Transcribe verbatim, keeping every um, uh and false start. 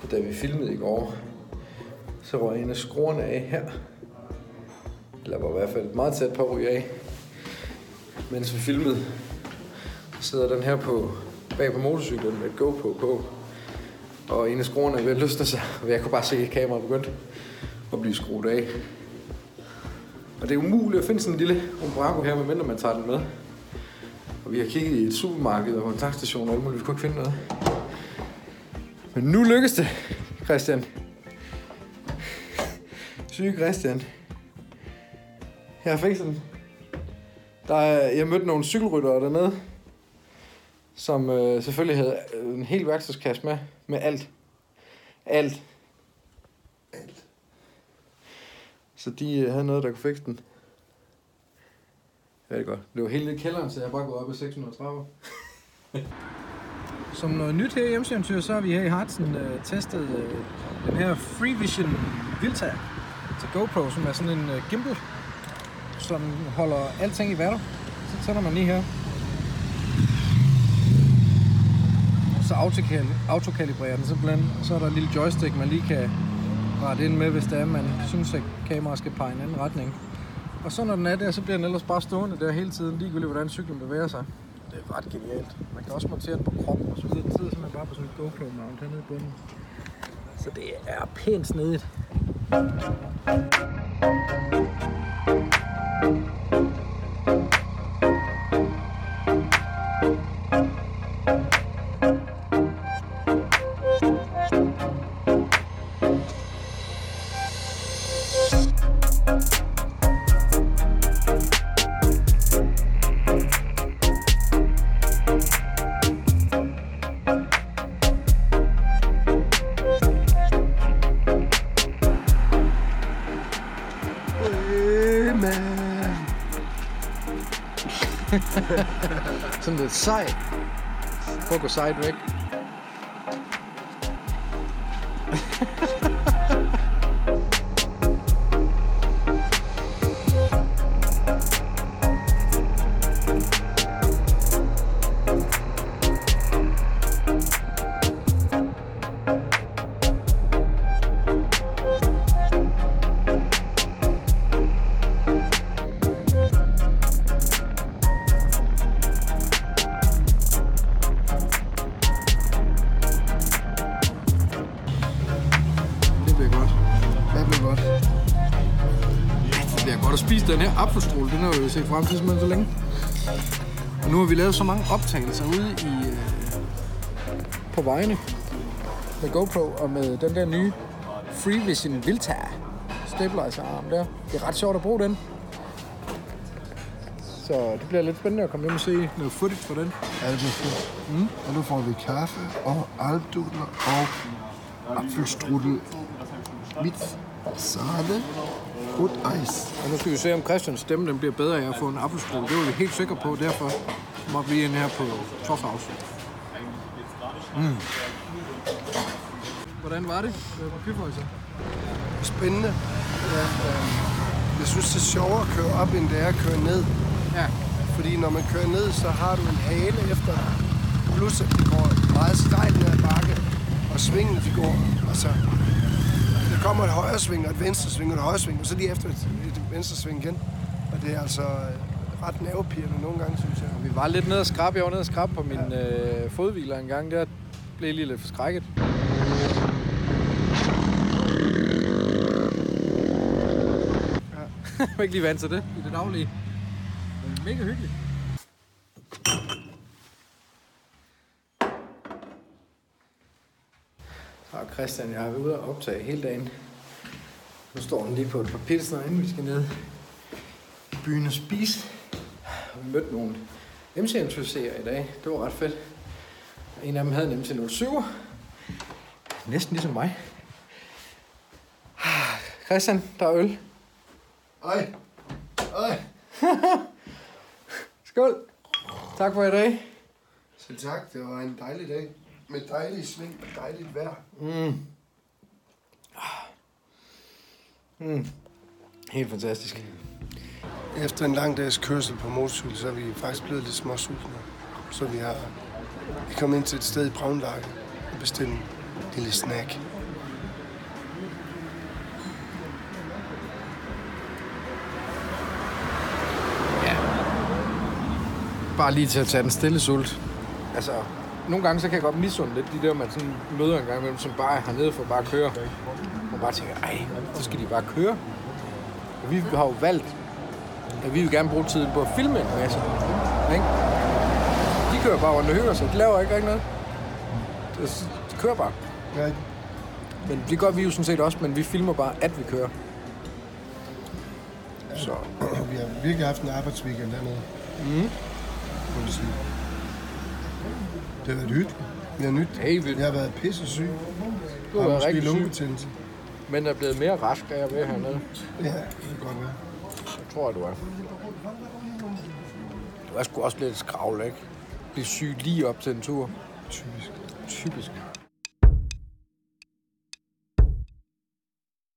da vi filmede i går, så var en af skruerne af her. Eller var i hvert fald meget tæt på at ryge af. Mens vi filmede, sidder den her på, bag på motorcyklen med et GoPro på. Og en af skruerne er ved at løsne sig. Og jeg kunne bare se, at kameraet begyndte at blive skruet af. Og det er umuligt at finde sådan en lille Umbraco her, medmindre man tager den med. Og vi har kigget i et supermarked og på en tankstation og alt muligt. Vi kunne ikke finde noget. Men nu lykkes det, Christian. Syge Christian. Jeg har fikset den. Der er, jeg mødte nogle cykelryttere dernede, som øh, selvfølgelig havde en hel værktøjskasse med, med alt. Alt. Alt. Så de øh, havde noget, der kunne fikse den. Det var godt. Det var helt lidt kælderen, så jeg har bare gået op i seks hundrede trapper. Som noget nyt her i Hjemseventyr, så har vi her i Harzen øh, testet øh, den her FreeVision Vilta til GoPro, som er sådan en øh, gimbal, som holder alting i vejret. Så tænder man lige her. Så autokal- autokalibrerer den simpelthen. Og så er der en lille joystick, man lige kan rette ind med, hvis det er, man synes, at kameraet skal pege i en anden retning. Og så når den er der, så bliver den ellers bare stående der hele tiden, ligegyldigt hvordan cyklen bevæger sig. Det er ret genialt. Man kan også montere den på kroppen og så videre. Den sidder simpelthen bare på sådan et GoPro-mount hernede i bunden. Så det er pænt snedigt. Sådan lidt sej. Prøv at gå sejt væk. Den her apfelstråle, den har vi jo set frem til simpelthen så længe. Og nu har vi lavet så mange optagelser ude i øh, på vejene med GoPro og med den der nye FreeVision Vilta stabilizer-arm der. Det er ret sjovt at bruge den. Så det bliver lidt spændende at komme hjem og se noget footage fra den. Ja, det bliver fedt. Mm. Og nu får vi kaffe og alpdudler og apfelstrudel mit sahne. Good ice. Og nu skal vi se, om Christians stemme den bliver bedre af at få en apfelstrudel. Det var vi helt sikre på, derfor må vi ind her på Torfhaus. Mm. Hvordan var det på Kyfhøjse? Spændende. Ja, øh, jeg synes, det er sjovere at køre op, end det er at køre ned. Ja. Fordi når man kører ned, så har du en hale efter dig. Plus at det går meget stejlt ned ad bakke, og svingen de går. Altså, der kommer et højre sving og et venstre sving og et højre sving, og så lige efter et, et venstre sving igen. Og det er altså ret nervepirrende nogle gange, synes jeg. Vi var lidt nede og skrab. Jeg var nede og skrab på min ja. øh, fodhviler en gang. Der blev lige lidt forskrækket. Ja. Jeg var ikke lige vant til det i det daglige. Men mega hyggeligt. Så Christian, jeg har været ude og optage hele dagen. Nu står den lige på et par pilsner, inden vi skal ned i byen og spise. Vi mødte nogle M C N T-seere i dag. Det var ret fedt. En af dem havde en M T nul syv. Næsten ligesom mig. Christian, der er øl. Ej. Ej. Skål. Tak for i dag. Selv tak. Det var en dejlig dag. Med dejlig sving og dejligt vejr. Mm. Mm. Helt fantastisk. Efter en lang dags kørsel på motorcykel, så er vi faktisk blevet lidt småsultne. Så vi har vi kommet ind til et sted i Braunlage og bestilt lille snack. Ja. Bare lige til at tage den stille sult. Altså, nogle gange så kan jeg godt misunde lidt de der, man sådan møder en gang imellem, som bare er hernede for bare at køre. Og bare tænker, ej, så skal de bare køre. Og vi har jo valgt, at vi vil gerne bruge tiden på at filme en masse. Ikke? De kører bare rundt og hygger sig. De laver ikke rigtig noget. De kører bare. Ja. Men det gør vi jo sådan set også, men vi filmer bare, at vi kører. Så. Vi har virkelig haft en arbejdsweekend dernede. Mm. Det har været hyggeligt. Jeg har nyt. Hey, vildt. Jeg har været pisse syg. Du har været rigtig syg. lungebetændelse. Men er blevet mere rask af at være hernede. Ja, det kan godt være. Jeg tror, du er. Du er sgu også lidt skravl, ikke? Blive syg lige op til en tur. Typisk. Typisk.